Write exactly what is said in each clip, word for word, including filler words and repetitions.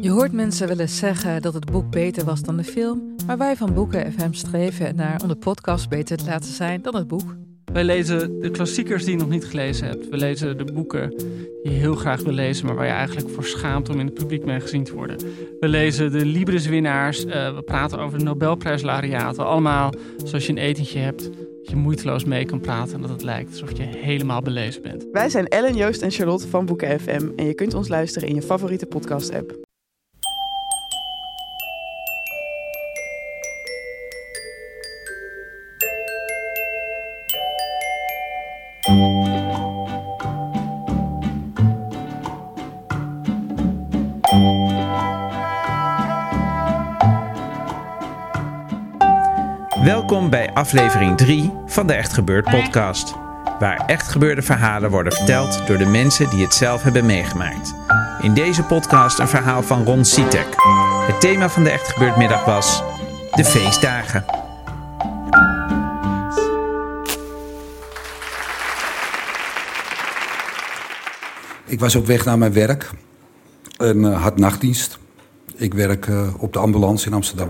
Je hoort mensen wel eens zeggen dat het boek beter was dan de film, maar wij van Boeken F M streven ernaar om de podcast beter te laten zijn dan het boek. Wij lezen de klassiekers die je nog niet gelezen hebt. We lezen de boeken die je heel graag wil lezen, maar waar je eigenlijk voor schaamt om in het publiek mee gezien te worden. We lezen de Libris-winnaars. Uh, we praten over de Nobelprijslaureaten. Allemaal zoals je een etentje hebt, dat je moeiteloos mee kan praten en dat het lijkt alsof je helemaal belezen bent. Wij zijn Ellen, Joost en Charlotte van Boeken F M en je kunt ons luisteren in je favoriete podcast-app. Welkom bij aflevering drie van de Echt Gebeurd podcast. Waar echt gebeurde verhalen worden verteld door de mensen die het zelf hebben meegemaakt. In deze podcast een verhaal van Ron Sitek. Het thema van de Echt Gebeurd middag was de feestdagen. Ik was op weg naar mijn werk en uh, had nachtdienst. Ik werk uh, op de ambulance in Amsterdam.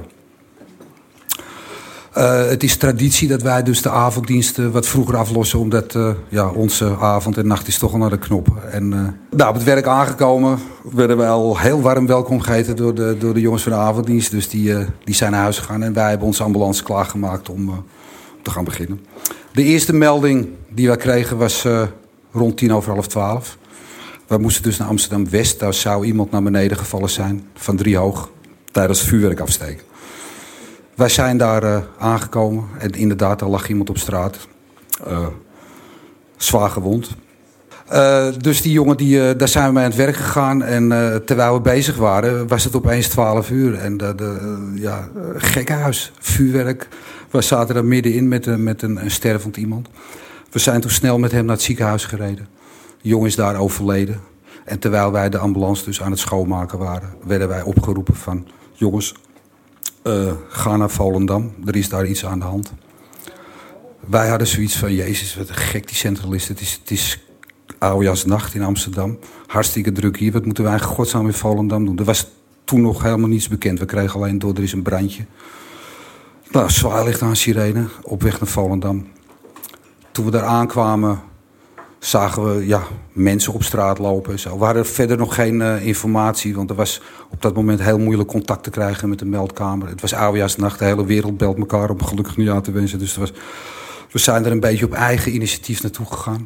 Uh, het is traditie dat wij dus de avonddiensten wat vroeger aflossen, omdat uh, ja, onze avond en nacht is toch al naar de knop. En uh, nou, op het werk aangekomen werden wij al heel warm welkom geheten door de, door de jongens van de avonddienst. Dus die, uh, die zijn naar huis gegaan en wij hebben onze ambulance klaargemaakt om uh, te gaan beginnen. De eerste melding die wij kregen was uh, rond tien over half twaalf. We moesten dus naar Amsterdam-West. Daar zou iemand naar beneden gevallen zijn, van drie hoog, tijdens het vuurwerk afsteken. Wij zijn daar uh, aangekomen en inderdaad, daar lag iemand op straat. Uh, zwaar gewond. Uh, dus die jongen, die, uh, daar zijn we mee aan het werk gegaan. En uh, terwijl we bezig waren, was het opeens twaalf uur. En de, de, uh, ja, uh, gekkenhuis, vuurwerk. We zaten daar middenin met, uh, met een, een stervend iemand. We zijn toen snel met hem naar het ziekenhuis gereden. De jongen is daar overleden. En terwijl wij de ambulance dus aan het schoonmaken waren, werden wij opgeroepen van: jongens, uh, ga naar Volendam. Er is daar iets aan de hand. Wij hadden zoiets van: jezus, wat een gek die centralist. Het is, het is oudejaarsnacht in Amsterdam. Hartstikke druk hier. Wat moeten wij in godsnaam in Volendam doen? Er was toen nog helemaal niets bekend. We kregen alleen door, er is een brandje. Nou, zwaar licht aan sirene, op weg naar Volendam. Toen we daar aankwamen, zagen we ja, mensen op straat lopen. Zo. We hadden verder nog geen uh, informatie, want er was op dat moment heel moeilijk contact te krijgen met de meldkamer. Het was oudejaarsnacht, de hele wereld belt elkaar om gelukkig nieuwjaar te wensen. Dus was, we zijn er een beetje op eigen initiatief naartoe gegaan.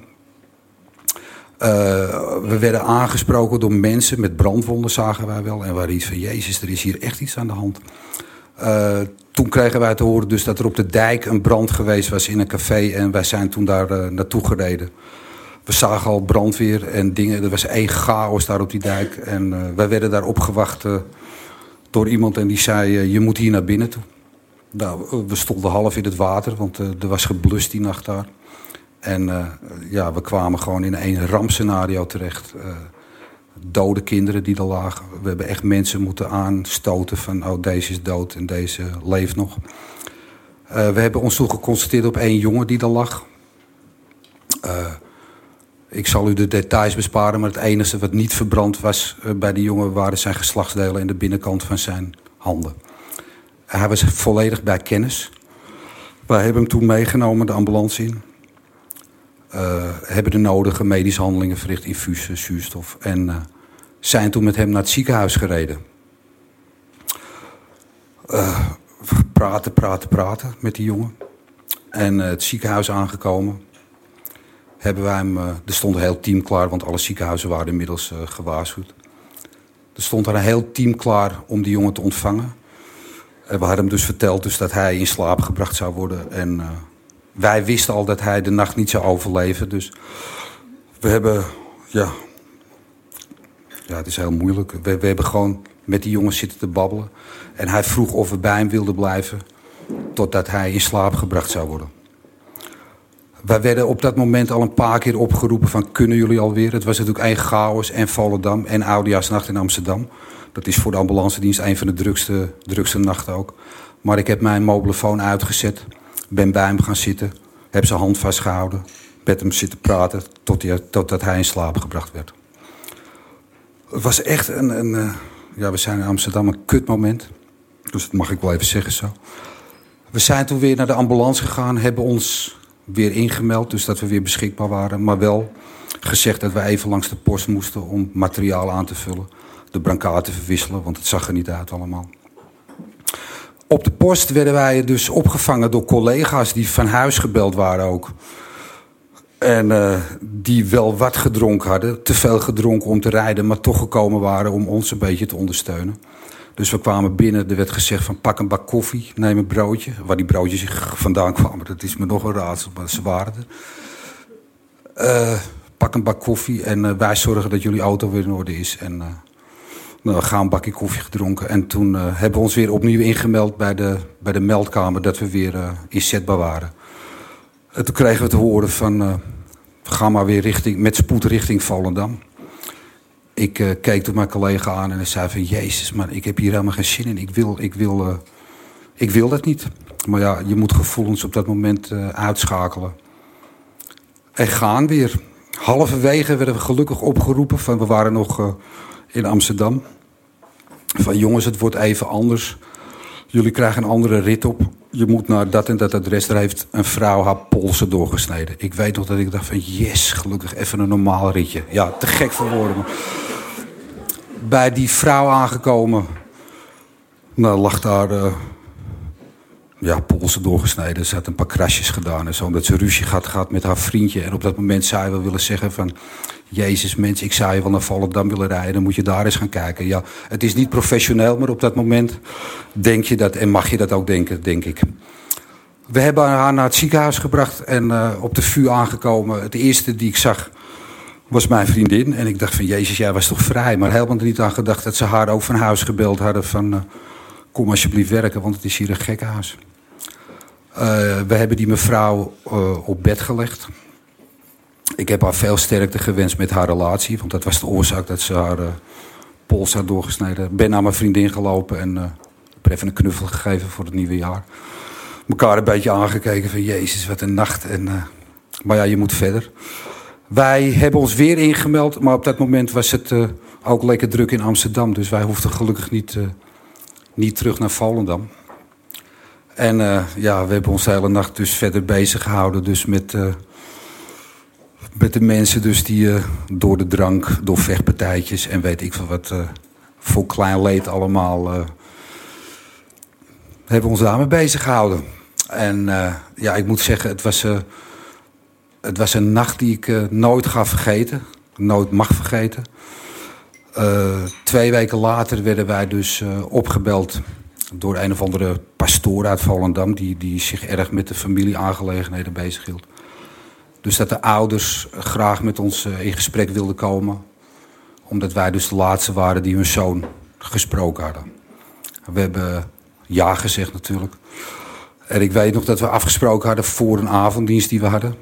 Uh, we werden aangesproken door mensen met brandwonden, zagen wij wel. En we hadden iets van: jezus, er is hier echt iets aan de hand. Uh, toen kregen wij te horen dus dat er op de dijk een brand geweest was in een café. En wij zijn toen daar uh, naartoe gereden. We zagen al brandweer en dingen. Er was één chaos daar op die dijk. En uh, wij werden daar opgewacht uh, door iemand en die zei: uh, je moet hier naar binnen toe. Nou, we stonden half in het water, want uh, er was geblust die nacht daar. En uh, ja, we kwamen gewoon in een rampscenario terecht. Uh, dode kinderen die er lagen. We hebben echt mensen moeten aanstoten van: oh, deze is dood en deze leeft nog. Uh, we hebben ons toen geconstateerd op één jongen die er lag. Uh, ik zal u de details besparen, maar het enige wat niet verbrand was uh, bij die jongen waren zijn geslachtsdelen en de binnenkant van zijn handen. Uh, hij was volledig bij kennis. Wij hebben hem toen meegenomen de ambulance in. Uh, hebben de nodige medische handelingen verricht, infuus, zuurstof. En uh, zijn toen met hem naar het ziekenhuis gereden. Uh, praten, praten, praten met die jongen. En uh, het ziekenhuis aangekomen. Hebben wij hem, uh, er stond een heel team klaar, want alle ziekenhuizen waren inmiddels uh, gewaarschuwd. Er stond er een heel team klaar om die jongen te ontvangen. En we hadden hem dus verteld dus dat hij in slaap gebracht zou worden. En uh, wij wisten al dat hij de nacht niet zou overleven. Dus we hebben, ja, ja het is heel moeilijk. We, we hebben gewoon met die jongen zitten te babbelen. En hij vroeg of we bij hem wilden blijven totdat hij in slaap gebracht zou worden. Wij werden op dat moment al een paar keer opgeroepen van: kunnen jullie alweer? Het was natuurlijk één chaos en Volendam en oudejaarsnacht in Amsterdam. Dat is voor de ambulancedienst een van de drukste, drukste nachten ook. Maar ik heb mijn mobielefoon uitgezet, ben bij hem gaan zitten, heb zijn hand vastgehouden, met hem zitten praten totdat hij in slaap gebracht werd. Het was echt een, een, ja, we zijn in Amsterdam een kutmoment. Dus dat mag ik wel even zeggen zo. We zijn toen weer naar de ambulance gegaan, hebben ons weer ingemeld, dus dat we weer beschikbaar waren. Maar wel gezegd dat we even langs de post moesten om materiaal aan te vullen. De brancard te verwisselen, want het zag er niet uit allemaal. Op de post werden wij dus opgevangen door collega's die van huis gebeld waren ook. En uh, die wel wat gedronken hadden. Te veel gedronken om te rijden, maar toch gekomen waren om ons een beetje te ondersteunen. Dus we kwamen binnen, er werd gezegd van pak een bak koffie, neem een broodje. Waar die broodjes vandaan kwamen, dat is me nog een raadsel, maar ze waren er. Uh, pak een bak koffie en uh, wij zorgen dat jullie auto weer in orde is. En uh, nou, we gaan een bakje koffie gedronken. En toen uh, hebben we ons weer opnieuw ingemeld bij de, bij de meldkamer dat we weer uh, inzetbaar waren. En toen kregen we te horen van, uh, ga maar weer richting, met spoed richting Volendam. Ik uh, keek toen mijn collega aan en hij zei van, jezus, maar ik heb hier helemaal geen zin in. Ik wil, ik wil, uh, ik wil dat niet. Maar ja, je moet gevoelens op dat moment uh, uitschakelen. En gaan weer. Halverwege werden we gelukkig opgeroepen, van, we waren nog uh, in Amsterdam. Van jongens, het wordt even anders. Jullie krijgen een andere rit op. Je moet naar dat en dat adres. Daar heeft een vrouw haar polsen doorgesneden. Ik weet nog dat ik dacht van yes, gelukkig even een normaal ritje. Ja, te gek voor woorden. Maar bij die vrouw aangekomen, nou, lag daar uh, ja, polsen doorgesneden. Ze had een paar krasjes gedaan en zo. Omdat ze ruzie had gehad met haar vriendje. En op dat moment zou je wel willen zeggen van, jezus mens, ik zou je wel naar Volendam willen rijden. Dan moet je daar eens gaan kijken. Ja, het is niet professioneel, maar op dat moment denk je dat en mag je dat ook denken, denk ik. We hebben haar naar het ziekenhuis gebracht en uh, op de V U aangekomen. Het eerste die ik zag was mijn vriendin. En ik dacht van, jezus, jij was toch vrij. Maar helemaal er niet aan gedacht dat ze haar ook van huis gebeld hadden van, uh, kom alsjeblieft werken, want het is hier een gekkenhuis. Uh, we hebben die mevrouw uh, op bed gelegd. Ik heb haar veel sterkte gewenst met haar relatie. Want dat was de oorzaak dat ze haar uh, pols had doorgesneden. Ik ben naar mijn vriendin gelopen en uh, heb even een knuffel gegeven voor het nieuwe jaar. Mekaar een beetje aangekeken van jezus, wat een nacht. En, uh, maar ja, je moet verder. Wij hebben ons weer ingemeld. Maar op dat moment was het uh, ook lekker druk in Amsterdam. Dus wij hoefden gelukkig niet, uh, niet terug naar Volendam. En uh, ja, we hebben ons de hele nacht dus verder bezig gehouden. Dus met... Uh, Met de mensen dus die uh, door de drank, door vechtpartijtjes en weet ik veel wat uh, voor klein leed allemaal uh, hebben we ons daarmee bezig gehouden. En uh, ja, ik moet zeggen, het was, uh, het was een nacht die ik uh, nooit ga vergeten. Nooit mag vergeten. Uh, twee weken later werden wij dus uh, opgebeld door een of andere pastoor uit Volendam die, die zich erg met de familieaangelegenheden bezighield. Dus dat de ouders graag met ons in gesprek wilden komen. Omdat wij dus de laatste waren die hun zoon gesproken hadden. We hebben ja gezegd natuurlijk. En ik weet nog dat we afgesproken hadden voor een avonddienst die we hadden.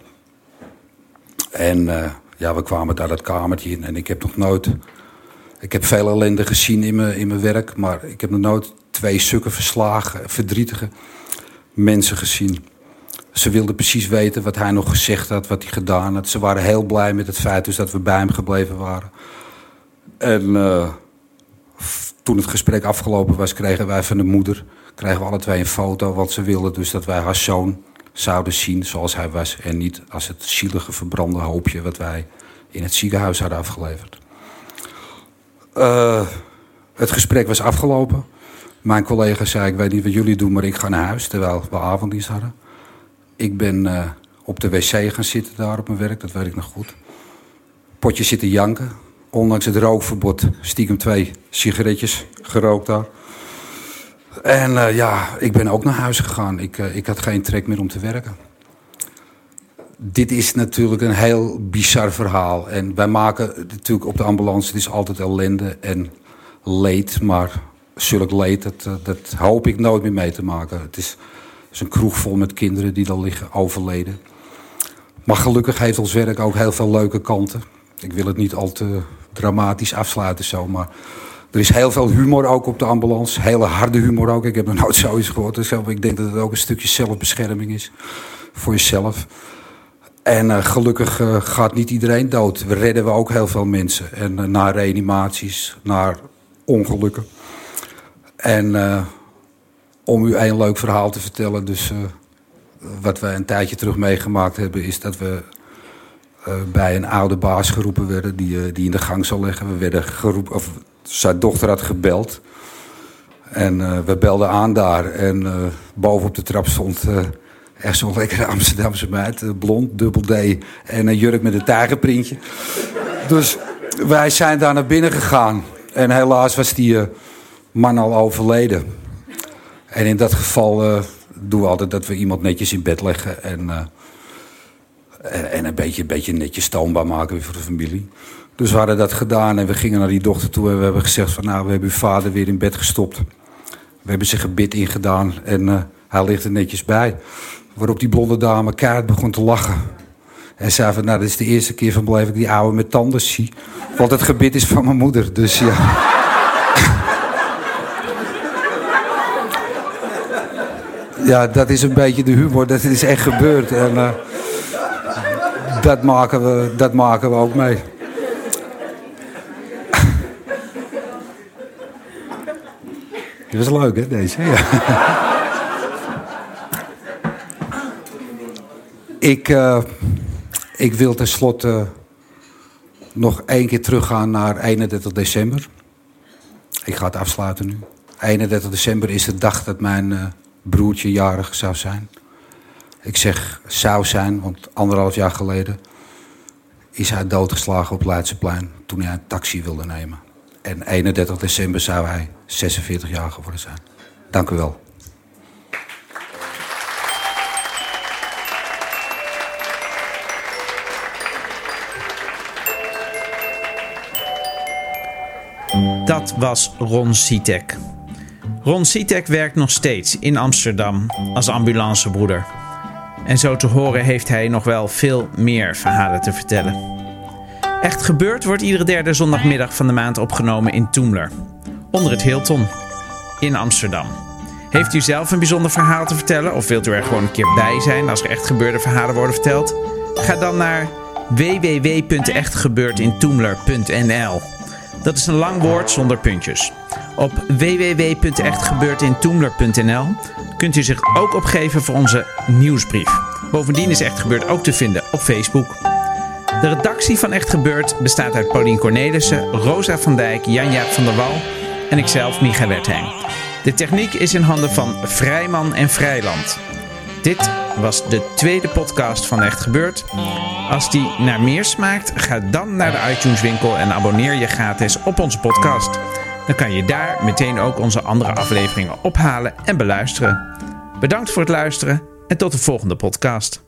En uh, ja, we kwamen daar dat kamertje in. En ik heb nog nooit... Ik heb veel ellende gezien in mijn, in mijn werk. Maar ik heb nog nooit twee stukken verslagen, verdrietige mensen gezien. Ze wilden precies weten wat hij nog gezegd had, wat hij gedaan had. Ze waren heel blij met het feit dus dat we bij hem gebleven waren. En uh, toen het gesprek afgelopen was, kregen wij van de moeder... kregen we alle twee een foto, want ze wilden dus dat wij haar zoon zouden zien zoals hij was. En niet als het zielige verbrande hoopje wat wij in het ziekenhuis hadden afgeleverd. Uh, het gesprek was afgelopen. Mijn collega zei, ik weet niet wat jullie doen, maar ik ga naar huis, terwijl we avonddienst hadden. Ik ben uh, op de wc gaan zitten daar op mijn werk, dat weet ik nog goed. Potje zitten janken. Ondanks het rookverbod stiekem twee sigaretjes gerookt daar. En uh, ja, ik ben ook naar huis gegaan. Ik, uh, ik had geen trek meer om te werken. Dit is natuurlijk een heel bizar verhaal. En wij maken natuurlijk op de ambulance, het is altijd ellende en leed. Maar zulk leed, dat, dat hoop ik nooit meer mee te maken. Het is... Het is een kroeg vol met kinderen die dan liggen overleden. Maar gelukkig heeft ons werk ook heel veel leuke kanten. Ik wil het niet al te dramatisch afsluiten zo, maar er is heel veel humor ook op de ambulance. Hele harde humor ook. Ik heb nog nooit zoiets gehoord. Dus ik denk dat het ook een stukje zelfbescherming is voor jezelf. En uh, gelukkig uh, gaat niet iedereen dood. We redden we ook heel veel mensen. En uh, naar reanimaties, naar ongelukken. En uh, om u een leuk verhaal te vertellen. Dus uh, wat we een tijdje terug meegemaakt hebben, is dat we uh, bij een oude baas geroepen werden die, uh, die in de gang zal liggen. We werden geroepen, of zijn dochter had gebeld. En uh, we belden aan daar. En uh, boven op de trap stond uh, echt zo'n lekkere Amsterdamse meid. Uh, blond, dubbel D en een jurk met een tijgerprintje. Dus wij zijn daar naar binnen gegaan. En helaas was die uh, man al overleden. En in dat geval uh, doen we altijd dat we iemand netjes in bed leggen. En, uh, en, en een, beetje, een beetje netjes toonbaar maken voor de familie. Dus we hadden dat gedaan en we gingen naar die dochter toe. En we hebben gezegd van nou, we hebben uw vader weer in bed gestopt. We hebben zijn gebit ingedaan en uh, hij ligt er netjes bij. Waarop die blonde dame keihard begon te lachen. En zei van nou, dit is de eerste keer van mijn leven dat ik die oude met tanden zie. Want het gebit is van mijn moeder, dus ja. Ja, dat is een beetje de humor. Dat is echt gebeurd. En uh, dat, maken we, dat maken we ook mee. Dat was leuk, hè, deze? Ja. ik, uh, ik wil tenslotte nog één keer teruggaan naar eenendertig december. Ik ga het afsluiten nu. eenendertig december is de dag dat mijn uh, broertje jarig zou zijn. Ik zeg zou zijn, want anderhalf jaar geleden is hij doodgeslagen op Leidseplein toen hij een taxi wilde nemen. En eenendertig december zou hij zesenveertig jaar geworden zijn. Dank u wel. Dat was Ron Sitek. Ron Sitek werkt nog steeds in Amsterdam als ambulancebroeder. En zo te horen heeft hij nog wel veel meer verhalen te vertellen. Echt Gebeurd wordt iedere derde zondagmiddag van de maand opgenomen in Toemler. Onder het Hilton in Amsterdam. Heeft u zelf een bijzonder verhaal te vertellen? Of wilt u er gewoon een keer bij zijn als er echt gebeurde verhalen worden verteld? Ga dan naar w w w punt echt gebeurd in toemler punt n l. Dat is een lang woord zonder puntjes. Op w w w punt echt gebeurd in toemler punt n l kunt u zich ook opgeven voor onze nieuwsbrief. Bovendien is Echt Gebeurd ook te vinden op Facebook. De redactie van Echt Gebeurd bestaat uit Paulien Cornelissen, Rosa van Dijk, Jan-Jaap van der Wal en ikzelf, Micha Wertheim. De techniek is in handen van Vrijman en Vrijland. Dit was de tweede podcast van Echt Gebeurd. Als die naar meer smaakt, ga dan naar de iTunes winkel en abonneer je gratis op onze podcast. Dan kan je daar meteen ook onze andere afleveringen ophalen en beluisteren. Bedankt voor het luisteren en tot de volgende podcast.